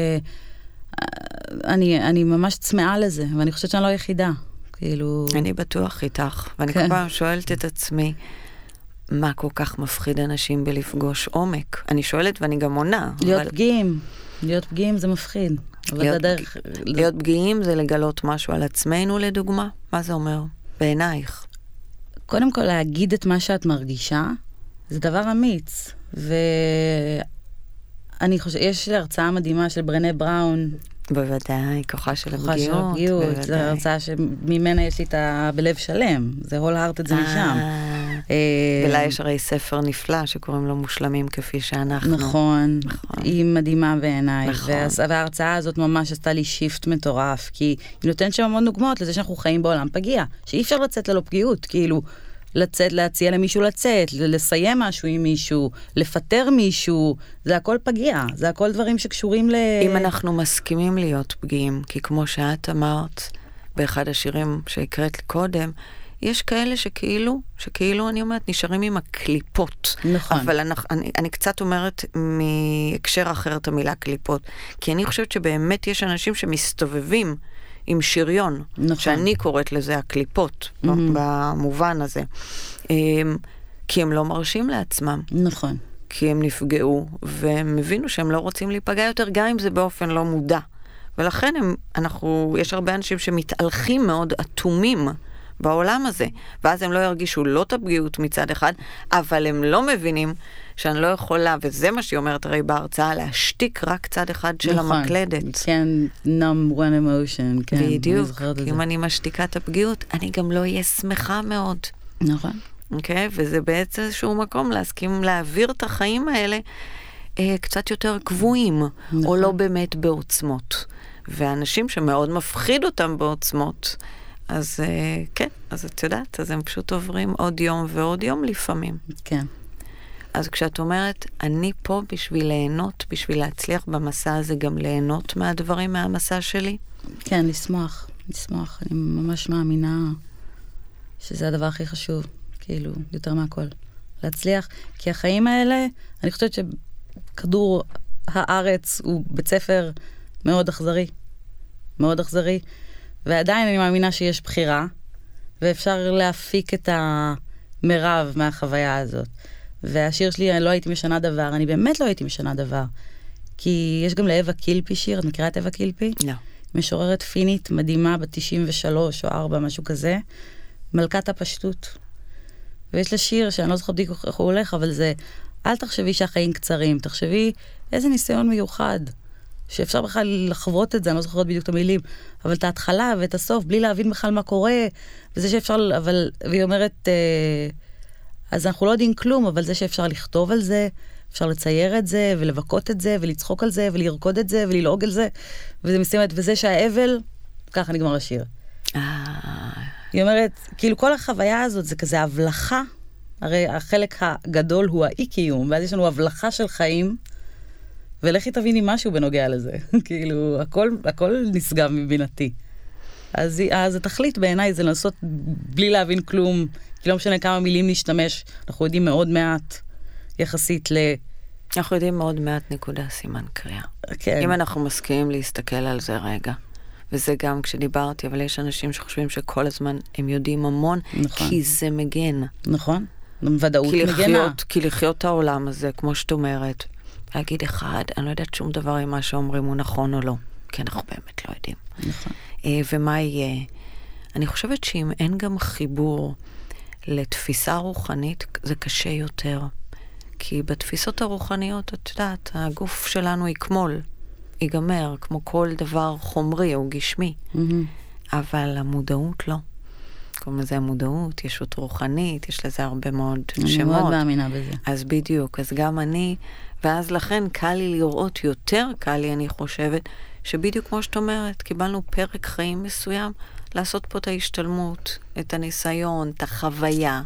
אני ממש צמאה לזה, ואני חושבת שאני לא יחידה. כאילו... אני בטוח איתך, ואני כל פעם שואלת את עצמי, מה כל כך מפחיד אנשים בלפגוש עומק? אני שואלת ואני גם עונה. להיות פגיעים זה מפחיד. להיות פגיעים זה לגלות משהו על עצמנו לדוגמה? מה זה אומר? בעינייך. קודם כל להגיד את מה שאת מרגישה, זה דבר אמיץ. ואני חושבת, יש הרצאה מדהימה של ברנה בראון, בוודאי, כוחה של הפגיעות. זו הרצאה שממנה יש לי את בלב שלם. זה wholehearted, זה משם. ולה יש הרי ספר נפלא שקוראים לו מושלמים כפי שאנחנו. נכון. היא מדהימה בעיניי. וההרצאה הזאת ממש עשתה לי שיפט מטורף, כי היא נותנת שם המון דוגמאות לזה שאנחנו חיים בעולם פגיע, שאי אפשר לצאת ללא פגיעות, כאילו, לצאת, להציע למישהו לצאת, לסיים משהו עם מישהו, לפטר מישהו, זה הכל פגיע, זה הכל דברים שקשורים אם אנחנו מסכימים להיות פגיעים, כי כמו שאת אמרת, באחד השירים שהקראת קודם, יש כאלה שכאילו אני אומרת, נשארים עם הקליפות. נכון. אבל אני קצת אומרת מהקשר אחר את המילה קליפות, כי אני חושבת שבאמת יש אנשים שמסתובבים עם שריון, נכון. שאני קוראת לזה הקליפות, במובן הזה. כי הם לא מרשים לעצמם. נכון. כי הם נפגעו, והם הבינו שהם לא רוצים להיפגע יותר, גם אם זה באופן לא מודע. ולכן יש הרבה אנשים שמתהלכים מאוד אטומים בעולם הזה, ואז הם לא ירגישו לא את הפגיעות מצד אחד, אבל הם לא מבינים שאני לא יכולה, וזה מה שהיא אומרת הרי בהרצאה, להשתיק רק צד אחד של המקלדת. כן, numb one emotion, כן. בדיוק, כי אם אני משתיקה את הפגיעות, אני גם לא אהיה שמחה מאוד. נכון. אוקיי? וזה בעצם איזשהו מקום להסכים להעביר את החיים האלה קצת יותר קבועים, נכון. או לא באמת בעוצמות. ואנשים שמאוד מפחיד אותם בעוצמות, אז כן, אז את יודעת, אז הם פשוט עוברים עוד יום ועוד יום לפעמים. כן. אז כשאת אומרת, אני פה בשביל ליהנות, בשביל להצליח במסע הזה, גם ליהנות מהדברים מהמסע שלי? כן, לשמוח. אני ממש מאמינה שזה הדבר הכי חשוב, כאילו, יותר מהכל. להצליח, כי החיים האלה, אני חושבת שכדור הארץ הוא בית ספר מאוד אכזרי. מאוד אכזרי. ועדיין אני מאמינה שיש בחירה, ואפשר להפיק את המרב מהחוויה הזאת. והשיר שלי, אני לא הייתי משנה דבר, אני באמת לא הייתי משנה דבר. כי יש גם לאווה קילפי שיר, את מכירה את אווה קילפי? לא. משוררת פינית מדהימה, בת 93 או 4, משהו כזה, מלכת הפשטות. ויש לה שיר שאני לא זוכר בדיוק איך הוא הולך, אבל זה, אל תחשבי שהחיים קצרים, תחשבי איזה ניסיון מיוחד. שאפשר בכלל לחוות את זה, אני לא זוכרת בדיוק את המילים, אבל את ההתחלה ואת הסוף, בלי להבין בכלל מה קורה, וזה שאפשר, אבל, והיא אומרת, אז אנחנו לא יודעים כלום, אבל זה שאפשר לכתוב על זה, אפשר לצייר את זה, ולבקות את זה, ולצחוק על זה, ולרקוד את זה, וללעוג על זה, וזה מסתיימת, וזה שהאבל, ככה נגמר השיר. היא אומרת, כאילו כל החוויה הזאת, זה כזה הבלחה, הרי החלק הגדול הוא האי-קיום, ואז יש לנו הבלחה של חיים, ולכי תביני משהו בנוגע לזה. כאילו, הכל נשגב מבינתי. אז התכלית בעיניי זה לנסות בלי להבין כלום, כי לא משנה כמה מילים נשתמש, אנחנו יודעים מאוד מעט יחסית אנחנו יודעים מאוד מעט נקודה סימן קריאה. כן. אם אנחנו מסכימים להסתכל על זה רגע, וזה גם כשדיברתי, אבל יש אנשים שחושבים שכל הזמן הם יודעים המון, נכון. כי זה מגן. נכון, ודאות מגנה. כי לחיות את העולם הזה, כמו שאת אומרת, להגיד אחד, אני לא יודעת שום דבר אם מה שאומרים הוא נכון או לא, כי אנחנו באמת לא יודעים. נכון. ומה יהיה? אני חושבת שאם אין גם חיבור לתפיסה רוחנית, זה קשה יותר. כי בתפיסות הרוחניות, את יודעת, הגוף שלנו יקמול, ייגמר, כמו כל דבר חומרי או גשמי. אבל המודעות לא. קוראים לזה המודעות, ישות רוחנית, יש לזה הרבה מאוד שמות. אני מאוד מאמינה בזה. אז בדיוק, אז גם אני, ואז לכן קל לי לראות, יותר קל לי, אני חושבת, שבדיוק כמו שאת אומרת, קיבלנו פרק חיים מסוים, לעשות פה את ההשתלמות, את הניסיון, את החוויה.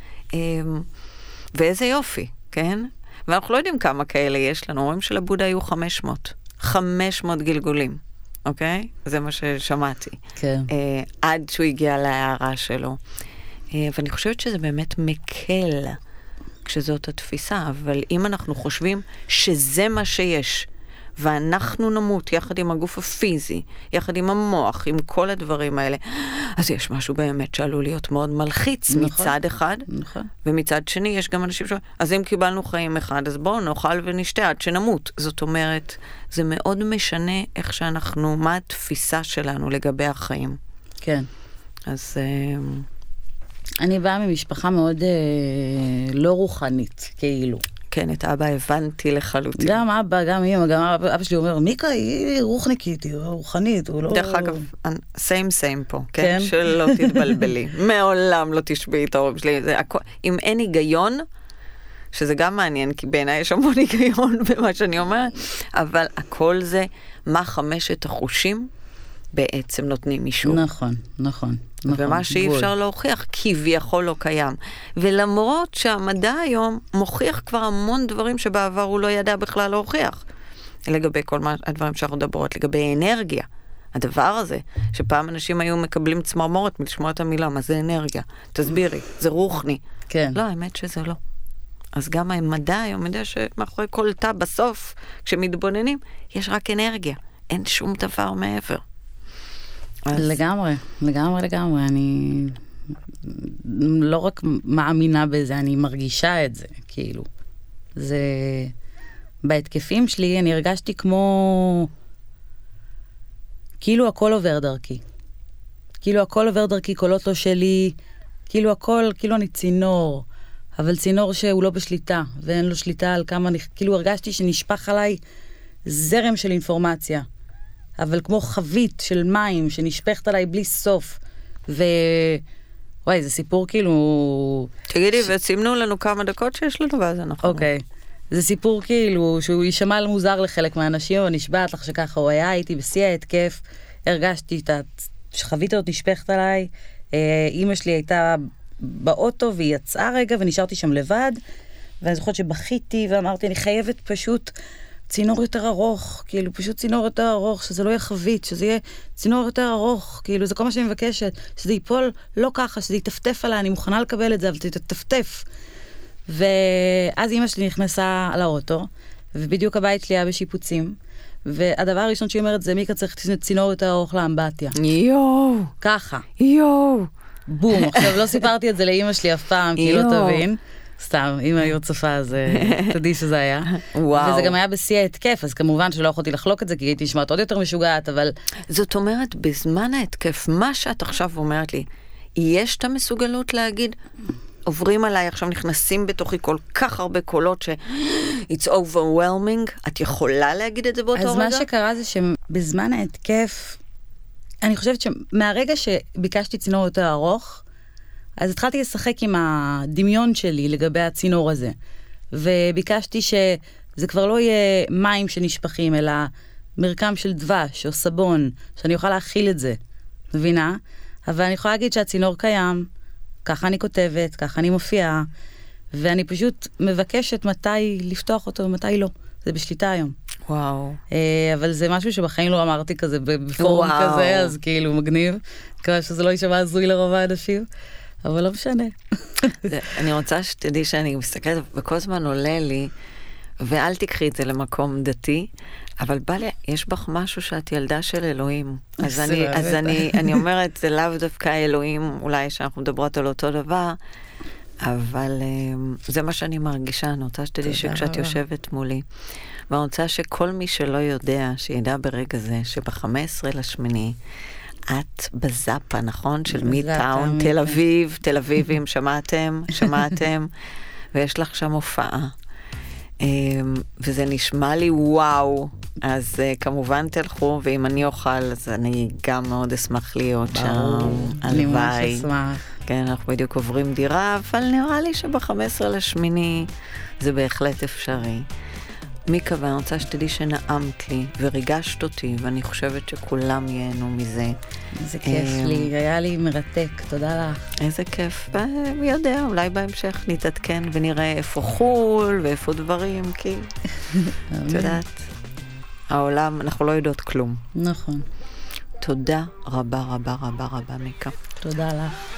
ואיזה יופי, כן? ואנחנו לא יודעים כמה כאלה יש לנו, אומרים שלבודה היו 500 גלגולים, אוקיי? זה מה ששמעתי. כן. עד שהוא הגיע להערה שלו. ואני חושבת שזה באמת מקל כשזאת התפיסה, אבל אם אנחנו חושבים שזה מה שיש, ואנחנו נמות יחד עם הגוף הפיזי, יחד עם המוח, עם כל הדברים האלה, אז יש משהו באמת שעלול להיות מאוד מלחיץ, נכון, מצד אחד, נכון. ומצד שני יש גם אנשים אז אם קיבלנו חיים אחד, אז בואו נאכל ונשתה עד שנמות. זאת אומרת, זה מאוד משנה איך שאנחנו, מה התפיסה שלנו לגבי החיים. כן. אז אני באה ממשפחה מאוד לא רוחנית, כאילו. כן, את אבא הבנתי לחלוטין. גם אבא, גם אמא, גם אבא שלי אומר, מיקה היא רוחניקית, היא רוחנית, הוא לא... דרך אגב, same פה, כן? שלא תתבלבלי. מעולם לא תשבי את ההורים שלי. אם אין היגיון, שזה גם מעניין, כי בעיניי יש המון היגיון במה שאני אומרת, אבל הכל זה, מה 5 החושים בעצם נותנים אישור. נכון, נכון. ומה שאי אפשר להוכיח, כביכול לא קיים. ולמרות שהמדע היום מוכיח כבר המון דברים שבעבר הוא לא ידע בכלל להוכיח. לגבי כל הדברים שאנחנו מדברות, לגבי אנרגיה. הדבר הזה, שפעם אנשים היו מקבלים צמרמורת מלשמוע את המילה, מה זה אנרגיה? תסבירי, זה רוחני. כן. לא, האמת שזה לא. אז גם המדע היום יודע שמאחורי כל תא בסוף, כשמתבוננים, יש רק אנרגיה. אין שום דבר מעבר. לגמרי. אני לא רק מאמינה בזה, אני מרגישה את זה, כאילו. זה... בהתקפים שלי אני הרגשתי כאילו הכל עובר דרכי. כאילו הכל עובר דרכי, קולות לא שלי, כאילו אני צינור, אבל צינור שהוא לא בשליטה, ואין לו שליטה על כמה, כאילו הרגשתי שנשפך עליי זרם של אינפורמציה, אבל כמו חבית של מים שנשפכת עליי בלי סוף, וואי, זה סיפור כאילו... תגידי, וצימנו לנו כמה דקות שיש לנו, ואז אנחנו... אוקיי. זה סיפור כאילו, שהוא יישמע מוזר לחלק מהאנשים, אבל נשבעת לך שככה הוא היה, הייתי בשיא ההתקף, הרגשתי את החבית הזאת נשפכת עליי, אמא שלי הייתה באוטו והיא יצאה רגע ונשארתי שם לבד, ואני זוכרת שבכיתי ואמרתי, אני חייבת פשוט צינור יותר ארוך, כאילו פשוט צינור יותר ארוך, שזה לא יהיה חבית, שזה יהיה צינור יותר ארוך, כאילו זה כל מה שאני מבקשת, שזה ייפול לא ככה, שזה יטפטף עליי, אני מוכנה לקבל את זה, אבל תטפטף. ואז אמא שלי נכנסה לאוטו, ובדיוק הבית שלי היה בשיפוצים, והדבר הראשון שהיא אומרת זה, מיקה צריך צינור יותר ארוך לאמבטיה. יואו. ככה. יואו. בום. עכשיו לא סיפרתי את זה לאמא שלי אף פעם, כי לא תבין. סתם, אמא היו צופה, אז תדעי שזה היה. וואו. וזה גם היה בשיא ההתקף, אז כמובן שלא יכולתי לחלוק את זה, כי הייתי נשמעת עוד יותר משוגעת, אבל... זאת אומרת, בזמן ההתקף, מה שאת עכשיו אומרת לי, יש את המסוגלות להגיד... עוברים עליי, עכשיו נכנסים בתוכי כל כך הרבה קולות it's overwhelming, את יכולה להגיד את זה באותו רגע? אז מה שקרה זה שבזמן ההתקף, אני חושבת שמהרגע שביקשתי צינור יותר ארוך, אז התחלתי לשחק עם הדמיון שלי לגבי הצינור הזה, וביקשתי שזה כבר לא יהיה מים שנשפכים, אלא מרקם של דבש או סבון, שאני אוכל להכיל את זה, מבינה? אבל אני יכולה להגיד שהצינור קיים, ככה אני כותבת, ככה אני מופיעה, ואני פשוט מבקשת מתי לפתוח אותו ומתי לא. זה בשליטה היום. וואו. אבל זה משהו שבחיים לא אמרתי כזה, בפורום כזה, אז כאילו מגניב. כמה שזה לא יישמע הזוי לרוב האנשים, אבל לא משנה. אני רוצה שתדעי שאני מסתכלת, וכל הזמן עולה לי, ואל תקחי את זה למקום דתי, אבל בא לי, יש בך משהו שאת ילדה של אלוהים. אז אני אומרת, זה לאו דווקא אלוהים, אולי שאנחנו מדברות על אותו דבר, אבל זה מה שאני מרגישה. אני רוצה שתדעי שכשאת יושבת מולי, ואני רוצה שכל מי שלא יודע, שידע ברגע זה, שב-15/8, את בזאפה, נכון? של מידטאון, תל אביב, תל אביבים, שמעתם, ויש לך שם הופעה. וזה נשמע לי וואו, אז כמובן תלכו, ואם אני אוכל, אז אני גם מאוד אשמח להיות שם, אני ממש אשמח. כן, אנחנו בדיוק עוברים דירה, אבל נראה לי שב-15/8 זה בהחלט אפשרי. מיקה, ואני רוצה שתדעי שנעמת לי, וריגשת אותי, ואני חושבת שכולם ייהנו מזה. איזה כיף לי, היה לי מרתק, תודה לך. איזה כיף, מי יודע, אולי בהמשך נתעדכן ונראה איפה חול ואיפה דברים, כי את יודעת, העולם, אנחנו לא יודעות כלום. נכון. תודה רבה, מיקה. תודה לך.